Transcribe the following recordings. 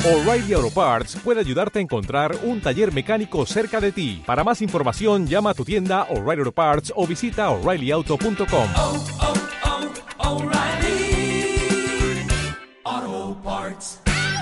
O'Reilly Auto Parts puede ayudarte a encontrar un taller mecánico cerca de ti. Para más información, llama a tu tienda O'Reilly Auto Parts o visita O'ReillyAuto.com. O'Reilly Auto Parts.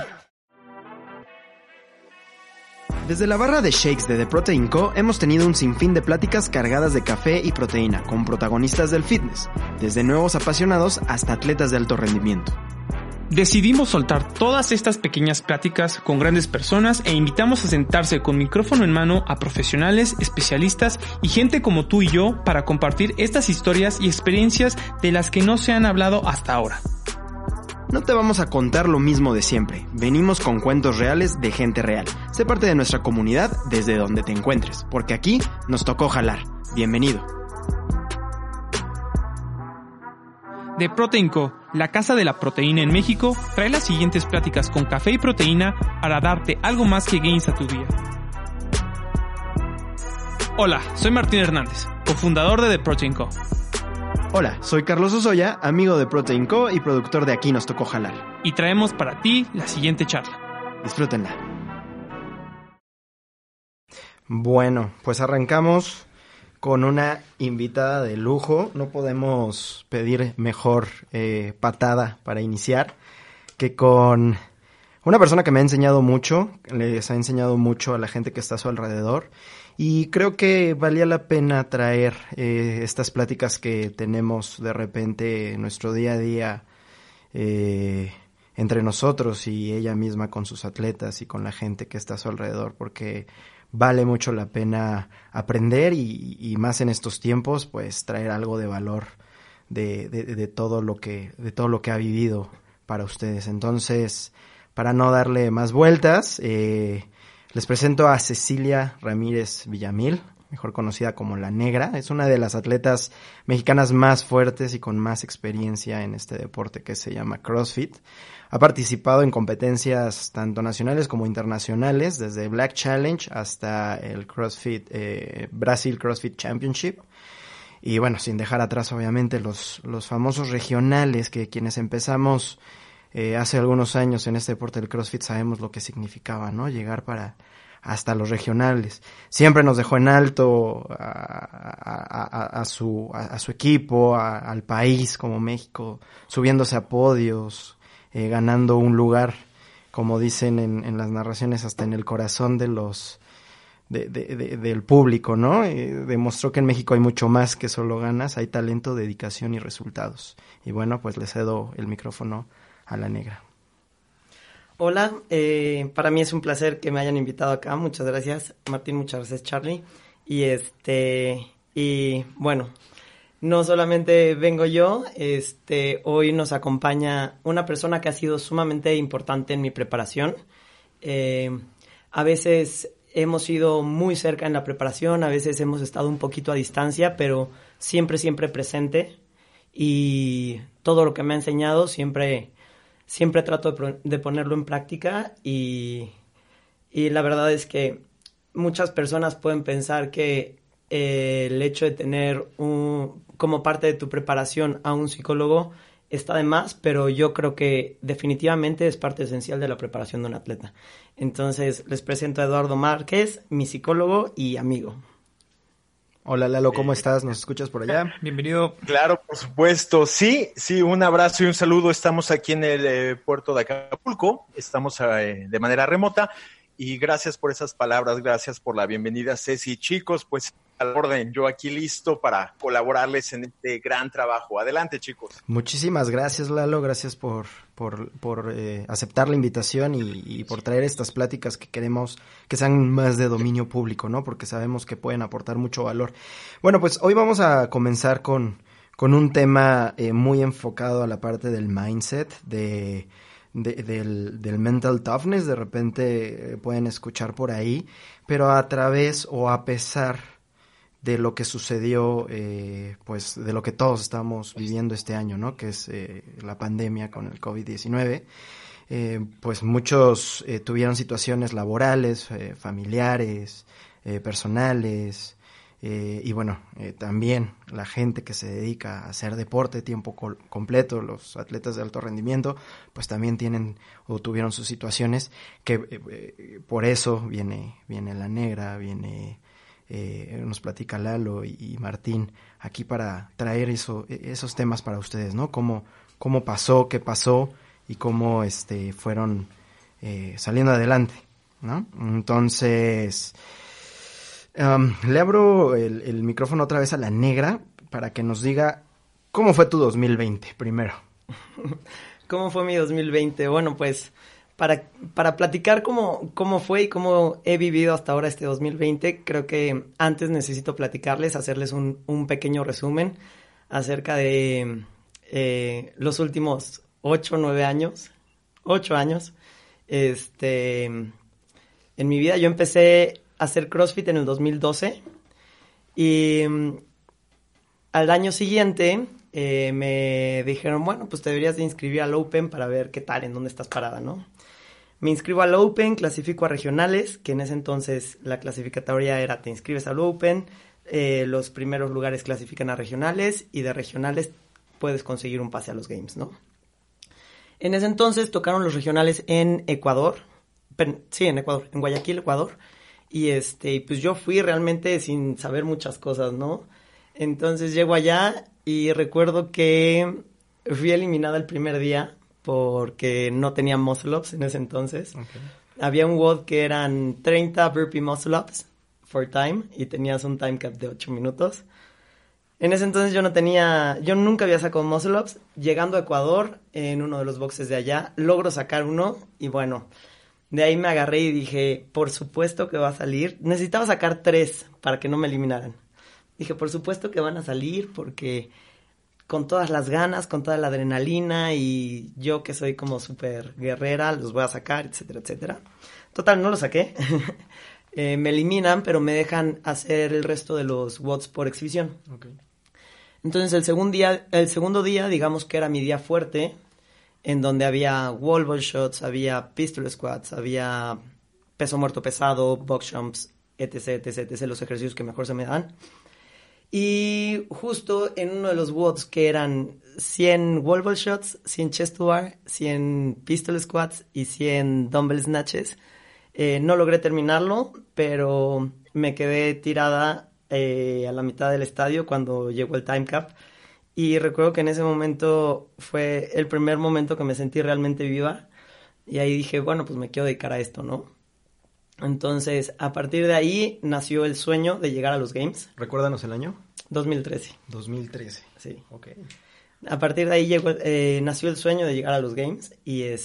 Desde la barra de shakes de The Protein Co. hemos tenido un sinfín de pláticas cargadas de café y proteína con protagonistas del fitness, desde nuevos apasionados hasta atletas de alto rendimiento. Decidimos soltar todas estas pequeñas pláticas con grandes personas e invitamos a sentarse con micrófono en mano a profesionales, especialistas y gente como tú y yo para compartir estas historias y experiencias de las que no se han hablado hasta ahora. No te vamos a contar lo mismo de siempre, venimos con cuentos reales de gente real. Sé parte de nuestra comunidad desde donde te encuentres, porque aquí nos tocó jalar. Bienvenido. The Protein Co., la casa de la proteína en México, trae las siguientes pláticas con café y proteína para darte algo más que gains a tu día. Hola, soy Martín Hernández, cofundador de The Protein Co. Hola, soy Carlos Osoya, amigo de Protein Co. y productor de Aquí nos tocó jalar. Y traemos para ti la siguiente charla. Disfrútenla. Bueno, pues arrancamos con una invitada de lujo. No podemos pedir mejor patada para iniciar que con una persona que me ha enseñado mucho, les ha enseñado mucho a la gente que está a su alrededor, y creo que valía la pena traer estas pláticas que tenemos de repente en nuestro día a día entre nosotros y ella misma con sus atletas y con la gente que está a su alrededor, porque vale mucho la pena aprender y más en estos tiempos, pues traer algo de valor de todo lo que ha vivido para ustedes. Entonces, para no darle más vueltas, les presento a Cecilia Ramírez Villamil, mejor conocida como La Negra. Es una de las atletas mexicanas más fuertes y con más experiencia en este deporte que se llama CrossFit. Ha participado en competencias tanto nacionales como internacionales, desde Black Challenge hasta el CrossFit Brasil CrossFit Championship. Y bueno, sin dejar atrás obviamente los famosos regionales, que quienes empezamos hace algunos años en este deporte del CrossFit sabemos lo que significaba, ¿no? Llegar hasta los regionales. Siempre nos dejó en alto a su equipo, al país como México, subiéndose a podios, ganando un lugar, como dicen en las narraciones, hasta en el corazón de del público, ¿no? Demostró que en México hay mucho más que solo ganas, hay talento, dedicación y resultados. Y bueno, pues le cedo el micrófono a La Negra. Hola, para mí es un placer que me hayan invitado acá. Muchas gracias, Martín, muchas gracias, Charlie. Y bueno, no solamente vengo yo, hoy nos acompaña una persona que ha sido sumamente importante en mi preparación. A veces hemos ido muy cerca en la preparación, a veces hemos estado un poquito a distancia, pero siempre presente. Y todo lo que me ha enseñado siempre trato de ponerlo en práctica y la verdad es que muchas personas pueden pensar que el hecho de tener como parte de tu preparación a un psicólogo está de más, pero yo creo que definitivamente es parte esencial de la preparación de un atleta. Entonces les presento a Eduardo Márquez, mi psicólogo y amigo. Hola Lalo, ¿cómo estás? ¿Nos escuchas por allá? Bienvenido. Claro, por supuesto. Sí, un abrazo y un saludo. Estamos aquí en el puerto de Acapulco, estamos de manera remota y gracias por esas palabras, gracias por la bienvenida, Ceci. Chicos, pues al orden, yo aquí listo para colaborarles en este gran trabajo. Adelante, chicos. Muchísimas gracias, Lalo, gracias por aceptar la invitación y por traer estas pláticas que queremos que sean más de dominio público, ¿no? Porque sabemos que pueden aportar mucho valor. Bueno, pues hoy vamos a comenzar con un tema muy enfocado a la parte del mindset, del mental toughness. De repente pueden escuchar por ahí, pero a través o a pesar de lo que sucedió, pues de lo que todos estamos viviendo este año, ¿no? Que es la pandemia con el COVID-19. Pues muchos tuvieron situaciones laborales, familiares, personales, Y bueno, también la gente que se dedica a hacer deporte tiempo completo, los atletas de alto rendimiento, pues también tienen o tuvieron sus situaciones que por eso viene la negra, nos platica Lalo y Martín aquí para traer esos temas para ustedes, ¿no? Cómo pasó, qué pasó y cómo fueron saliendo adelante, ¿no? Entonces, le abro el micrófono otra vez a la negra para que nos diga cómo fue tu 2020 primero. ¿Cómo fue mi 2020? Bueno, pues para platicar cómo fue y cómo he vivido hasta ahora este 2020, creo que antes necesito hacerles un pequeño resumen acerca de los últimos 8 años. En mi vida yo empecé a hacer CrossFit en el 2012 y al año siguiente me dijeron, bueno, pues te deberías de inscribir al Open para ver qué tal, en dónde estás parada, ¿no? Me inscribo al Open, clasifico a regionales, que en ese entonces la clasificatoria era te inscribes al Open, los primeros lugares clasifican a regionales y de regionales puedes conseguir un pase a los Games, ¿no? En ese entonces tocaron los regionales en Ecuador, en Guayaquil, Ecuador, y pues yo fui realmente sin saber muchas cosas, ¿no? Entonces llego allá y recuerdo que fui eliminada el primer día porque no tenía muscle ups en ese entonces. Okay. Había un WOD que eran 30 burpee muscle ups for time y tenías un time cap de 8 minutos. En ese entonces yo nunca había sacado muscle ups. Llegando a Ecuador, en uno de los boxes de allá, logro sacar uno y bueno, de ahí me agarré y dije, por supuesto que va a salir. Necesitaba sacar 3 para que no me eliminaran. Dije, por supuesto que van a salir porque con todas las ganas, con toda la adrenalina y yo que soy como súper guerrera, los voy a sacar, etcétera, etcétera. Total, no lo saqué. Me eliminan, pero me dejan hacer el resto de los WODs por exhibición. Okay. Entonces el segundo día, digamos que era mi día fuerte, en donde había wall ball shots, había pistol squats, había peso muerto pesado, box jumps, etc, etc, etc, los ejercicios que mejor se me dan. Y justo en uno de los WODs que eran 100 wall ball shots, 100 chest to bar, 100 pistol squats y 100 dumbbell snatches, no logré terminarlo, pero me quedé tirada a la mitad del estadio cuando llegó el time cap. Y recuerdo que en ese momento fue el primer momento que me sentí realmente viva. Y ahí dije, bueno, pues me quiero dedicar a esto, ¿no? Entonces, a partir de ahí nació el sueño de llegar a los Games. ¿Recuérdanos el año? 2013. 2013. Sí. Ok. A partir de ahí nació el sueño de llegar a los Games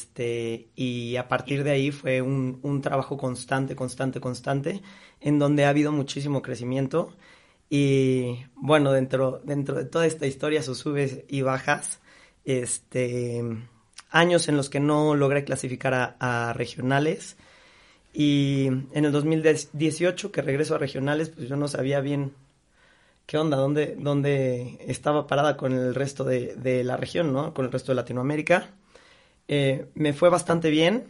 y a partir de ahí fue un trabajo constante, en donde ha habido muchísimo crecimiento. Y bueno, dentro de toda esta historia, sus subes y bajas, años en los que no logré clasificar a regionales. Y en el 2018, que regreso a regionales, pues yo no sabía bien qué onda, dónde estaba parada con el resto de la región, ¿no? Con el resto de Latinoamérica. Me fue bastante bien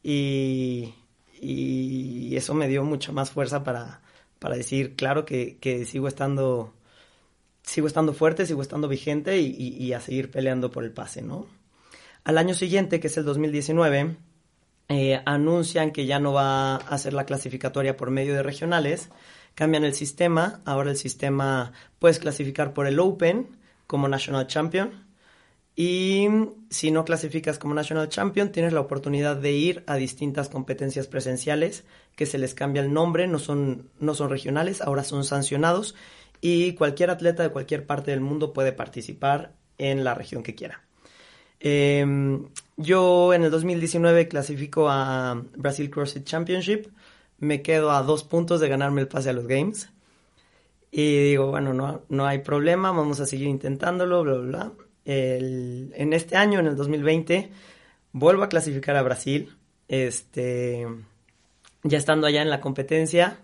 y eso me dio mucha más fuerza para decir, claro, que sigo estando fuerte, sigo estando vigente y a seguir peleando por el pase, ¿no? Al año siguiente, que es el 2019, anuncian que ya no va a hacer la clasificatoria por medio de regionales, cambian el sistema, ahora el sistema puedes clasificar por el Open como National Champion y si no clasificas como National Champion tienes la oportunidad de ir a distintas competencias presenciales que se les cambia el nombre, no son regionales, ahora son sancionados y cualquier atleta de cualquier parte del mundo puede participar en la región que quiera. Yo en el 2019 clasifico a Brazil CrossFit Championship, me quedo a 2 puntos de ganarme el pase a los Games y digo, bueno, no hay problema, vamos a seguir intentándolo, bla, bla, bla. En este año, en el 2020, vuelvo a clasificar a Brasil, ya estando allá en la competencia,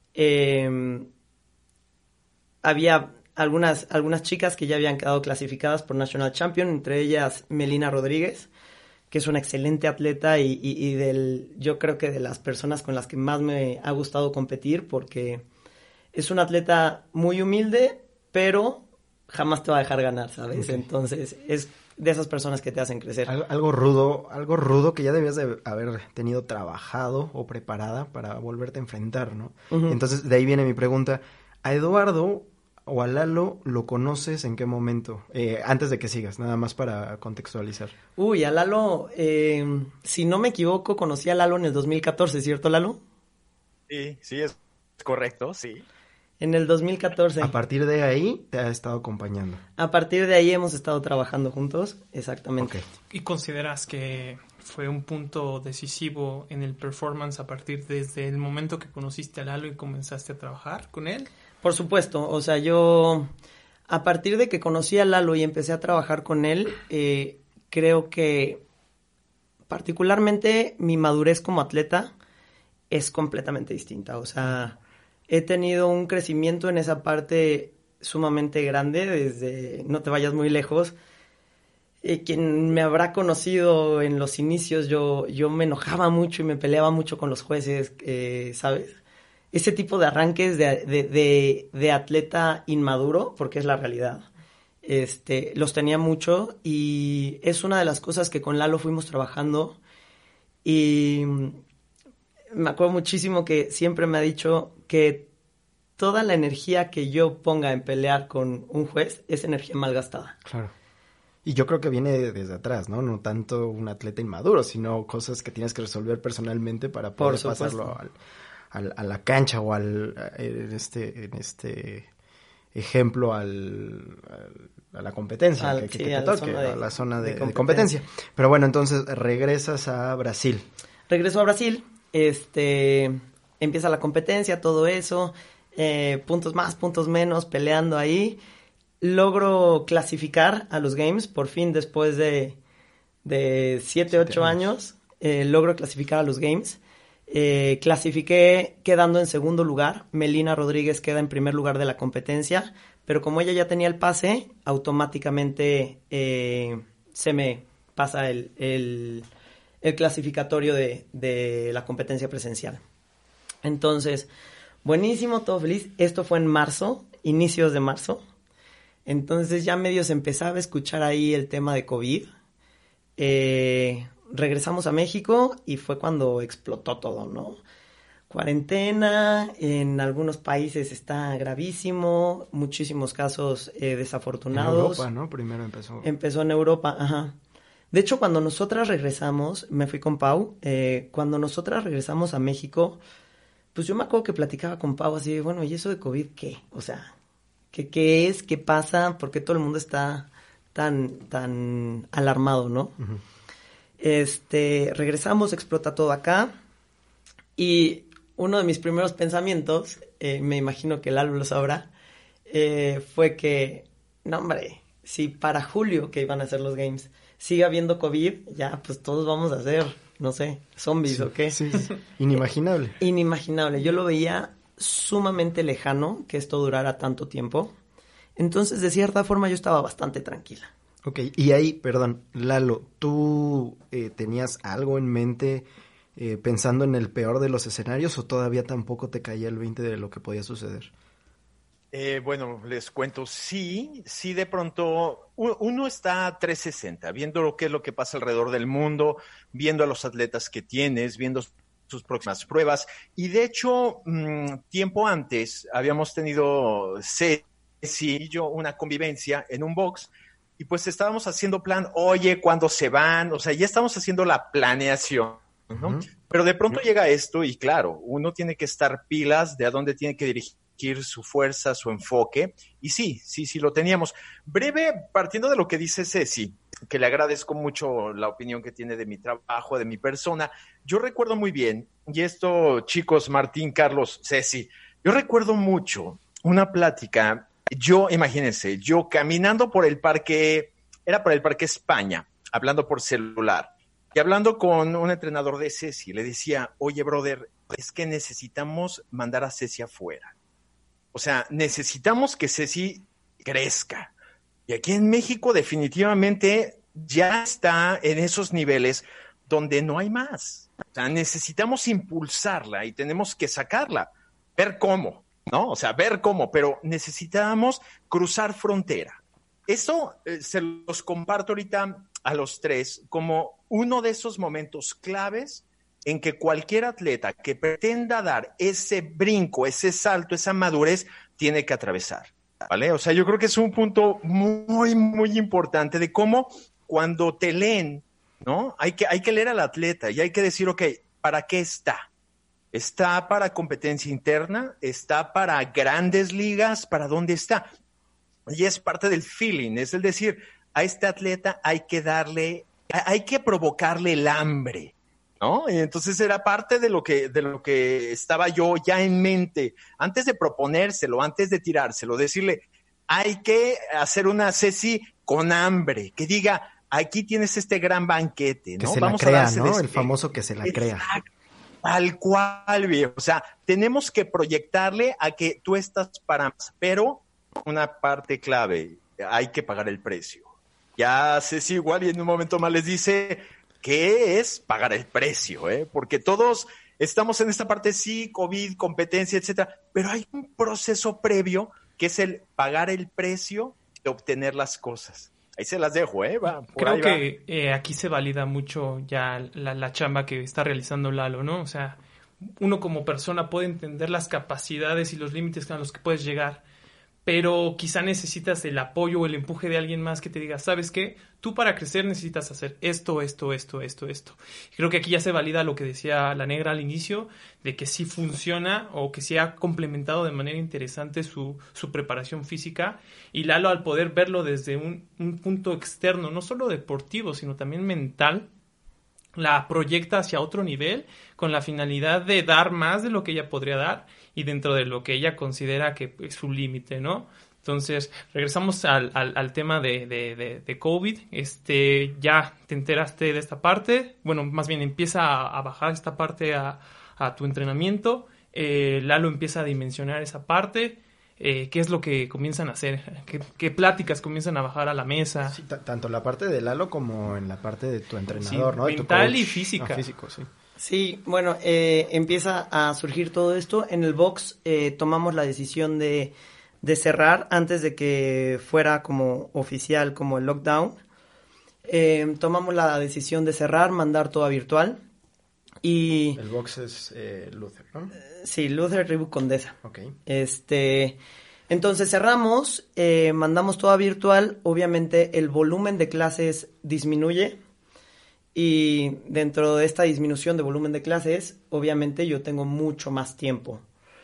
había algunas chicas que ya habían quedado clasificadas por National Champion, entre ellas Melina Rodríguez, que es una excelente atleta y yo creo que de las personas con las que más me ha gustado competir porque es un atleta muy humilde, pero jamás te va a dejar ganar, ¿sabes? Ok. Entonces, es de esas personas que te hacen crecer. Algo rudo que ya debías de haber tenido trabajado o preparada para volverte a enfrentar, ¿no? Ujú. Entonces, de ahí viene mi pregunta. ¿A Eduardo o a Lalo lo conoces en qué momento? Antes de que sigas, nada más para contextualizar. Uy, a Lalo, si no me equivoco, conocí a Lalo en el 2014, ¿cierto, Lalo? Sí, sí, es correcto, sí. En el 2014. A partir de ahí te ha estado acompañando. A partir de ahí hemos estado trabajando juntos, exactamente. Ok. ¿Y consideras que fue un punto decisivo en el performance a partir desde el momento que conociste a Lalo y comenzaste a trabajar con él? Por supuesto, o sea, yo a partir de que conocí a Lalo y empecé a trabajar con él, creo que particularmente mi madurez como atleta es completamente distinta. O sea, he tenido un crecimiento en esa parte sumamente grande desde, no te vayas muy lejos. Quien me habrá conocido en los inicios, yo me enojaba mucho y me peleaba mucho con los jueces, ¿sabes? Ese tipo de arranques de atleta inmaduro, porque es la realidad, los tenía mucho y es una de las cosas que con Lalo fuimos trabajando y me acuerdo muchísimo que siempre me ha dicho que toda la energía que yo ponga en pelear con un juez es energía mal gastada. Claro. Y yo creo que viene desde atrás, ¿no? No tanto un atleta inmaduro, sino cosas que tienes que resolver personalmente para poder Por supuesto. pasarlo a la cancha o en este ejemplo a la competencia que Sí, te a la toque, zona de- a la zona de de competencia. Pero bueno, entonces regresas a Brasil. Regreso a Brasil, empieza la competencia, todo eso, puntos más, puntos menos, peleando ahí. Logro clasificar a los Games, por fin después de 7, 8 años, logro clasificar a los Games. Clasifiqué quedando en segundo lugar, Melina Rodríguez queda en primer lugar de la competencia, pero como ella ya tenía el pase, automáticamente se me pasa el clasificatorio de la competencia presencial. Entonces, buenísimo, todo feliz. Esto fue en marzo, inicios de marzo. Entonces ya medio se empezaba a escuchar ahí el tema de COVID. Regresamos a México y fue cuando explotó todo, ¿no? Cuarentena, en algunos países está gravísimo, muchísimos casos En desafortunados. Europa, ¿no? Primero empezó. Empezó en Europa, ajá. De hecho, cuando nosotras regresamos, me fui con Pau, cuando nosotras regresamos a México, pues yo me acuerdo que platicaba con Pau así, bueno, ¿y eso de COVID qué? O sea, ¿qué es? ¿Qué pasa? ¿Por qué todo el mundo está tan alarmado, no? Ujú. Regresamos, explota todo acá, y uno de mis primeros pensamientos, me imagino que Lalo lo sabrá, fue que, no hombre, si para julio que iban a ser los Games sigue habiendo COVID, ya pues todos vamos a ser, no sé, zombies o qué. Sí, sí. Inimaginable. Inimaginable. Yo lo veía sumamente lejano que esto durara tanto tiempo. Entonces, de cierta forma, yo estaba bastante tranquila. Ok, y ahí, perdón, Lalo, ¿tú tenías algo en mente pensando en el peor de los escenarios o todavía tampoco te caía el 20 de lo que podía suceder? Bueno, les cuento, sí, de pronto uno está a 360, viendo lo que es lo que pasa alrededor del mundo, viendo a los atletas que tienes, viendo sus próximas pruebas. Y de hecho, tiempo antes habíamos tenido Ceci y yo una convivencia en un box y pues estábamos haciendo plan, oye, ¿cuándo se van? O sea, ya estamos haciendo la planeación, ¿no? Ujú. Pero de pronto llega esto y claro, uno tiene que estar pilas de a dónde tiene que dirigir su fuerza, su enfoque, y sí, lo teníamos. Breve, partiendo de lo que dice Ceci, que le agradezco mucho la opinión que tiene de mi trabajo, de mi persona, yo recuerdo muy bien, y esto, chicos, Martín, Carlos, Ceci, yo recuerdo mucho una plática, imagínense, yo caminando por el parque, era por el Parque España, hablando por celular, y hablando con un entrenador de Ceci, le decía, oye, brother, es que necesitamos mandar a Ceci afuera. O sea, necesitamos que Ceci crezca. Y aquí en México definitivamente ya está en esos niveles donde no hay más. O sea, necesitamos impulsarla y tenemos que sacarla, ver cómo. ¿no? O sea, ver cómo, pero necesitábamos cruzar frontera. Eso se los comparto ahorita a los tres como uno de esos momentos claves en que cualquier atleta que pretenda dar ese brinco, ese salto, esa madurez, tiene que atravesar, ¿vale? O sea, yo creo que es un punto muy, muy importante de cómo cuando te leen, ¿no? Hay que leer al atleta y hay que decir, ok, ¿para qué está? ¿Está para competencia interna? ¿Está para grandes ligas? ¿Para dónde está? Y es parte del feeling, es el decir, a este atleta hay que provocarle el hambre, ¿no? Y entonces era parte de lo que estaba yo ya en mente, antes de proponérselo, antes de tirárselo, decirle, hay que hacer una Ceci con hambre, que diga, aquí tienes este gran banquete, ¿no? Que se Vamos la crea, a darse ¿no? El famoso que se la crea. Tal cual, viejo. O sea, tenemos que proyectarle a que tú estás para más, pero una parte clave, hay que pagar el precio. Ya Ceci igual y en un momento más les dice qué es pagar el precio, porque todos estamos en esta parte, sí, COVID, competencia, etcétera, pero hay un proceso previo que es el pagar el precio de obtener las cosas. Ahí se las dejo, Creo que aquí se valida mucho ya la chamba que está realizando Lalo, ¿no? O sea, uno como persona puede entender las capacidades y los límites a los que puedes llegar, pero quizá necesitas el apoyo o el empuje de alguien más que te diga, ¿sabes qué? Tú para crecer necesitas hacer esto. Y creo que aquí ya se valida lo que decía la negra al inicio, de que sí funciona o que sí ha complementado de manera interesante su preparación física. Y Lalo, al poder verlo desde un punto externo, no solo deportivo, sino también mental, la proyecta hacia otro nivel con la finalidad de dar más de lo que ella podría dar y dentro de lo que ella considera que es su límite, ¿no? Entonces, regresamos al tema de COVID. Ya te enteraste de esta parte. Bueno, más bien empieza a bajar esta parte a tu entrenamiento. Lalo empieza a dimensionar esa parte. ¿Qué es lo que comienzan a hacer? ¿Qué pláticas comienzan a bajar a la mesa? Sí, tanto la parte de Lalo como en la parte de tu entrenador, sí, ¿no? De mental tu coach. y física. Físico, sí. Sí, bueno, empieza a surgir todo esto. En el box tomamos la decisión de cerrar antes de que fuera como oficial, como el lockdown. Tomamos la decisión de cerrar, mandar todo a virtual. Y El box es Luther, ¿no? sí, Luther, Reebok, Condesa. Ok. Entonces cerramos, mandamos todo a virtual. Obviamente el volumen de clases disminuye. Y dentro de esta disminución de volumen de clases, obviamente yo tengo mucho más tiempo.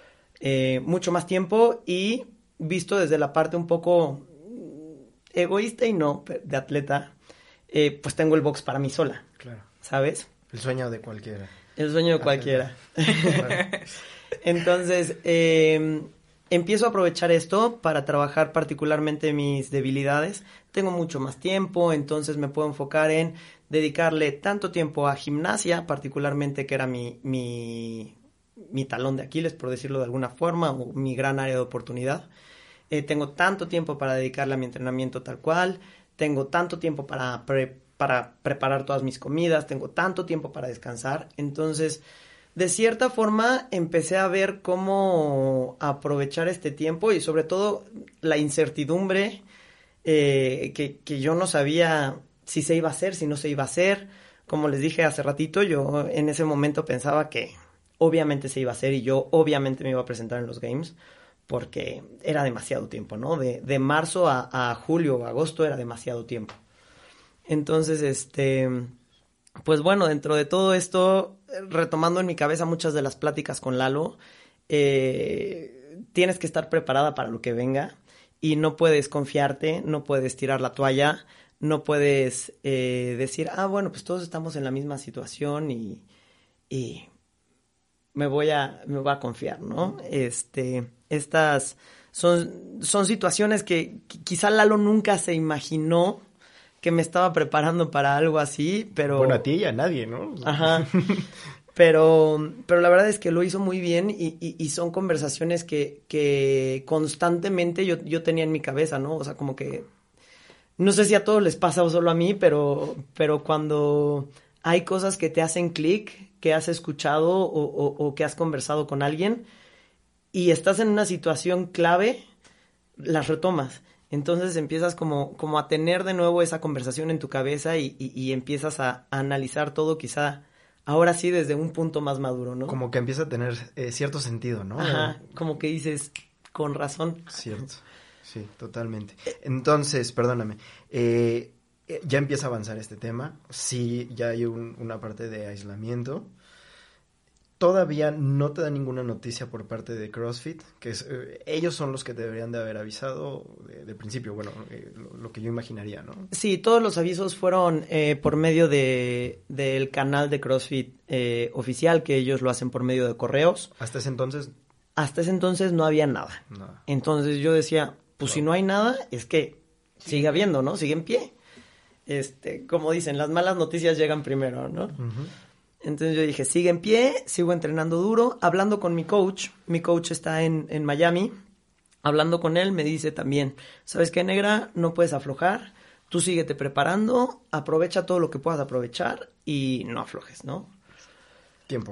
Y visto desde la parte un poco egoísta y no de atleta, pues tengo el box para mí sola. Claro. ¿Sabes? El sueño de cualquiera. El sueño de cualquiera. Entonces, empiezo a aprovechar esto para trabajar particularmente mis debilidades. Tengo mucho más tiempo, entonces me puedo enfocar en dedicarle tanto tiempo a gimnasia, particularmente que era mi talón de Aquiles, por decirlo de alguna forma, o mi gran área de oportunidad. Tengo tanto tiempo para dedicarle a mi entrenamiento tal cual, tengo tanto tiempo para preparar todas mis comidas, tengo tanto tiempo para descansar. Entonces, de cierta forma, empecé a ver cómo aprovechar este tiempo y sobre todo la incertidumbre que yo no sabía si se iba a hacer, si no se iba a hacer. Como les dije hace ratito, yo en ese momento pensaba que obviamente se iba a hacer y yo obviamente me iba a presentar en los Games porque era demasiado tiempo, ¿no? De marzo a julio o agosto era demasiado tiempo. Entonces, pues bueno, dentro de todo esto, retomando en mi cabeza muchas de las pláticas con Lalo, tienes que estar preparada para lo que venga y no puedes confiarte, no puedes tirar la toalla, no puedes decir, bueno, pues todos estamos en la misma situación y me voy a confiar, ¿no? Estas son situaciones que quizá Lalo nunca se imaginó que me estaba preparando para algo así, pero... Bueno, a ti y a nadie, ¿no? Ajá. Pero la verdad es que lo hizo muy bien y son conversaciones que constantemente yo tenía en mi cabeza, ¿no? O sea, como que... No sé si a todos les pasa o solo a mí, pero cuando hay cosas que te hacen clic, que has escuchado o que has conversado con alguien, y estás en una situación clave, las retomas. Entonces empiezas como a tener de nuevo esa conversación en tu cabeza y empiezas a analizar todo quizá ahora sí desde un punto más maduro, ¿no? Como que empieza a tener cierto sentido, ¿no? Ajá, como que dices, con razón. Cierto, sí, totalmente. Entonces, perdóname, ya empieza a avanzar este tema, sí, ya hay una parte de aislamiento. Todavía no te da ninguna noticia por parte de CrossFit, que ellos son los que te deberían de haber avisado de principio, bueno, lo que yo imaginaría, ¿no? Sí, todos los avisos fueron por medio del canal de CrossFit oficial, que ellos lo hacen por medio de correos. Hasta ese entonces, Hasta ese entonces no había nada. nada. Entonces yo decía, pues si no hay nada, es que sigue habiendo, ¿no? Sigue en pie. Como dicen, las malas noticias llegan primero, ¿no? Ujú. Entonces yo dije, sigue en pie, sigo entrenando duro, hablando con mi coach está en Miami, hablando con él me dice también, ¿sabes qué, negra? No puedes aflojar, tú síguete preparando, aprovecha todo lo que puedas aprovechar y no aflojes, ¿no? Tiempo.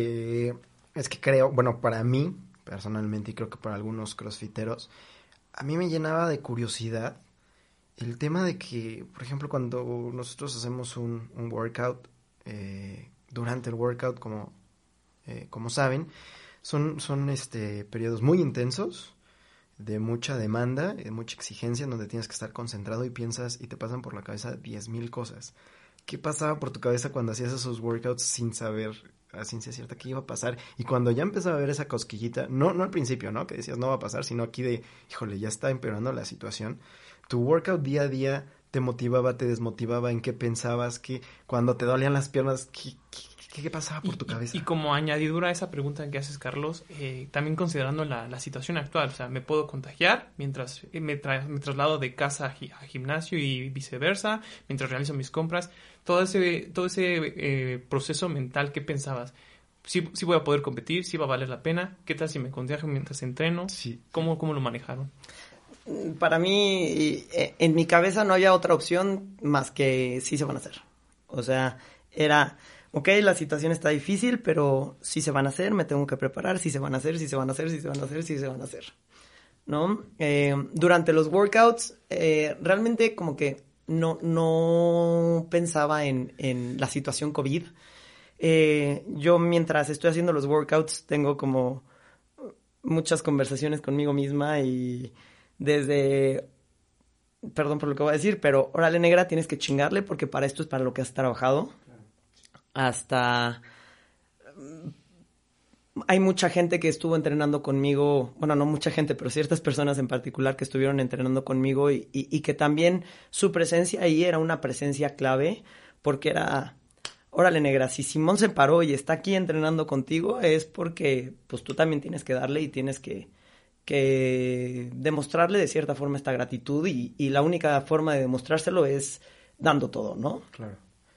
Es que creo, bueno, para mí, personalmente, y creo que para algunos crossfiteros, a mí me llenaba de curiosidad el tema de que, por ejemplo, cuando nosotros hacemos un workout, durante el workout, como saben, son periodos muy intensos, de mucha demanda, de mucha exigencia, en donde tienes que estar concentrado y piensas y te pasan por la cabeza 10,000 cosas. ¿Qué pasaba por tu cabeza cuando hacías esos workouts sin saber a ciencia cierta qué iba a pasar? Y cuando ya empezaba a ver esa cosquillita, no al principio, ¿no? Que decías no va a pasar, sino aquí de, híjole, ya está empeorando la situación. Tu workout día a día te motivaba, te desmotivaba, en qué pensabas, que cuando te dolían las piernas, ¿qué pasaba por tu cabeza? Y como añadidura a esa pregunta que haces, Carlos, también considerando la situación actual, o sea, me puedo contagiar mientras me traslado de casa a gimnasio y viceversa, mientras realizo mis compras, todo ese proceso mental, ¿qué pensabas? ¿Sí voy a poder competir? ¿Sí va a valer la pena? ¿Qué tal si me contagio mientras entreno? Sí. ¿Cómo lo manejaron? Para mí, en mi cabeza no había otra opción más que sí se van a hacer. O sea, era, ok, la situación está difícil, pero sí se van a hacer, me tengo que preparar, sí se van a hacer, sí se van a hacer, sí se van a hacer, sí se van a hacer, ¿no? Durante los workouts, realmente como que no pensaba en la situación COVID. Yo mientras estoy haciendo los workouts tengo como muchas conversaciones conmigo misma y desde, perdón por lo que voy a decir, pero órale, negra, tienes que chingarle porque para esto es para lo que has trabajado. Hasta hay mucha gente que estuvo entrenando conmigo, bueno, no mucha gente, pero ciertas personas en particular que estuvieron entrenando conmigo y que también su presencia ahí era una presencia clave porque era, órale, negra, si Simón se paró y está aquí entrenando contigo es porque pues tú también tienes que darle y tienes que demostrarle de cierta forma esta gratitud y la única forma de demostrárselo es dando todo, ¿no? Claro.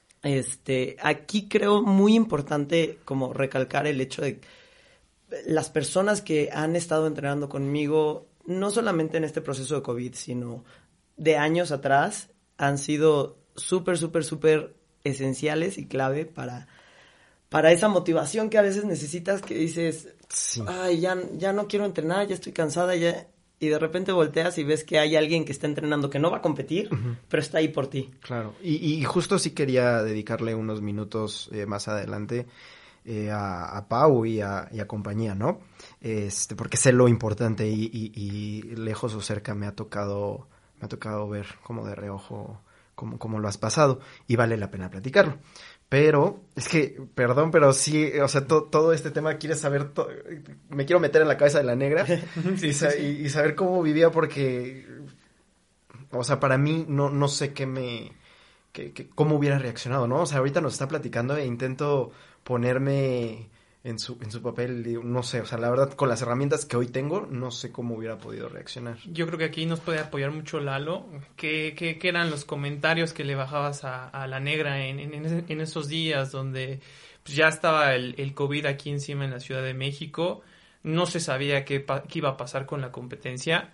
Aquí creo muy importante como recalcar el hecho de las personas que han estado entrenando conmigo, no solamente en este proceso de COVID, sino de años atrás, han sido súper esenciales y clave para esa motivación que a veces necesitas, que dices, Sí. ay, ya no quiero entrenar, ya estoy cansada, ya... Y de repente volteas y ves que hay alguien que está entrenando que no va a competir, pero está ahí por ti. Claro, y justo sí quería dedicarle unos minutos más adelante a Pau y a compañía, ¿no? Porque sé lo importante y lejos o cerca me ha tocado ver como de reojo cómo lo has pasado y vale la pena platicarlo. Pero, es que, perdón, pero sí, o sea, todo este tema, quieres saber, me quiero meter en la cabeza de la negra Sí. y saber cómo vivía porque, o sea, para mí no sé cómo hubiera reaccionado, ¿no? O sea, ahorita nos está platicando e intento ponerme en su papel, digo, no sé, o sea, la verdad, con las herramientas que hoy tengo, no sé cómo hubiera podido reaccionar. Yo creo que aquí nos puede apoyar mucho Lalo. ¿Qué eran los comentarios que le bajabas a la negra en esos días donde pues, ya estaba el COVID aquí encima en la Ciudad de México? No se sabía qué iba a pasar con la competencia.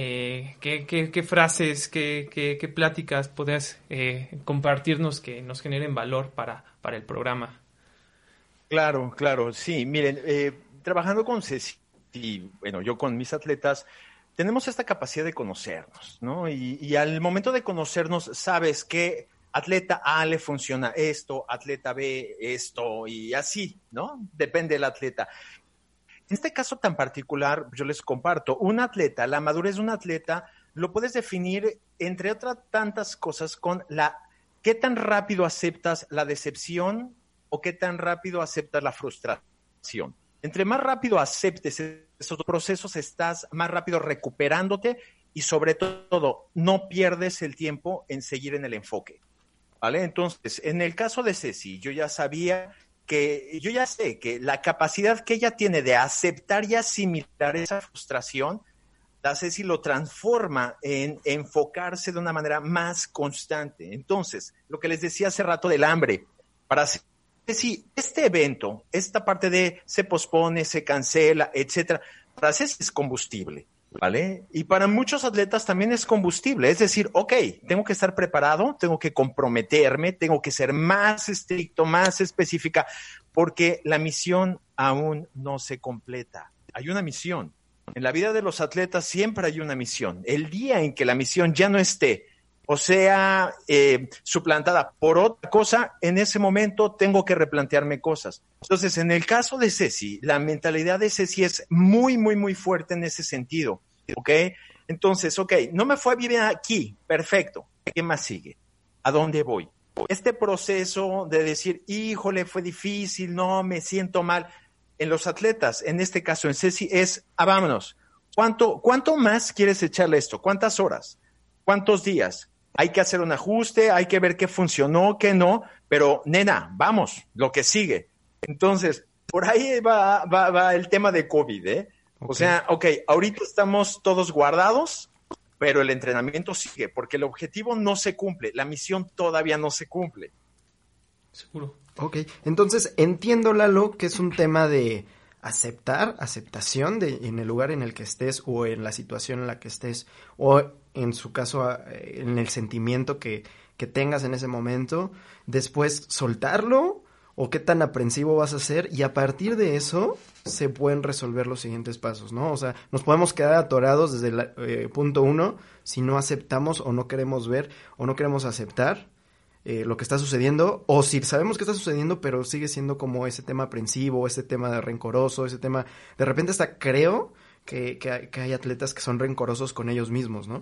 ¿Qué frases, qué pláticas podrías compartirnos que nos generen valor para el programa? Claro, sí. Miren, trabajando con Ceci, y bueno, yo con mis atletas, tenemos esta capacidad de conocernos, ¿no? Y al momento de conocernos, sabes que atleta A le funciona esto, atleta B esto, y así, ¿no? Depende del atleta. En este caso tan particular, yo les comparto, un atleta, la madurez de un atleta, lo puedes definir, entre otras tantas cosas, con qué tan rápido aceptas la decepción o qué tan rápido aceptas la frustración. Entre más rápido aceptes esos procesos, estás más rápido recuperándote y sobre todo no pierdes el tiempo en seguir en el enfoque, ¿vale? Entonces, en el caso de Ceci, yo ya sé que la capacidad que ella tiene de aceptar y asimilar esa frustración, la Ceci lo transforma en enfocarse de una manera más constante. Entonces, lo que les decía hace rato del hambre, para Ceci, este evento, esta parte de se pospone, se cancela, etcétera, para Ceci es combustible, ¿vale? Y para muchos atletas también es combustible, es decir, ok, tengo que estar preparado, tengo que comprometerme, tengo que ser más estricto, más específica, porque la misión aún no se completa. Hay una misión. En la vida de los atletas siempre hay una misión. El día en que la misión ya no esté, o sea, suplantada por otra cosa, en ese momento tengo que replantearme cosas. Entonces, en el caso de Ceci, la mentalidad de Ceci es muy, muy, muy fuerte en ese sentido, ¿ok? Entonces, ok, no me fue bien aquí, perfecto. ¿Qué más sigue? ¿A dónde voy? Este proceso de decir, híjole, fue difícil, no, me siento mal. En los atletas, en este caso en Ceci, es, vámonos. ¿Cuánto más quieres echarle esto? ¿Cuántas horas? ¿Cuántos días? Hay que hacer un ajuste, hay que ver qué funcionó, qué no, pero nena, vamos, lo que sigue. Entonces, por ahí va el tema de COVID, ¿eh? Okay. O sea, ok, ahorita estamos todos guardados, pero el entrenamiento sigue, porque el objetivo no se cumple, la misión todavía no se cumple. Seguro. Ok, entonces entiendo, Lalo, que es un tema de aceptación en el lugar en el que estés o en la situación en la que estés o en su caso en el sentimiento que tengas en ese momento, después soltarlo o qué tan aprensivo vas a ser y a partir de eso se pueden resolver los siguientes pasos, ¿no? O sea, nos podemos quedar atorados desde el punto 1 si no aceptamos o no queremos ver o no queremos aceptar lo que está sucediendo, o si sabemos que está sucediendo, pero sigue siendo como ese tema aprensivo, ese tema de rencoroso, ese tema, de repente hasta creo que hay atletas que son rencorosos con ellos mismos, ¿no?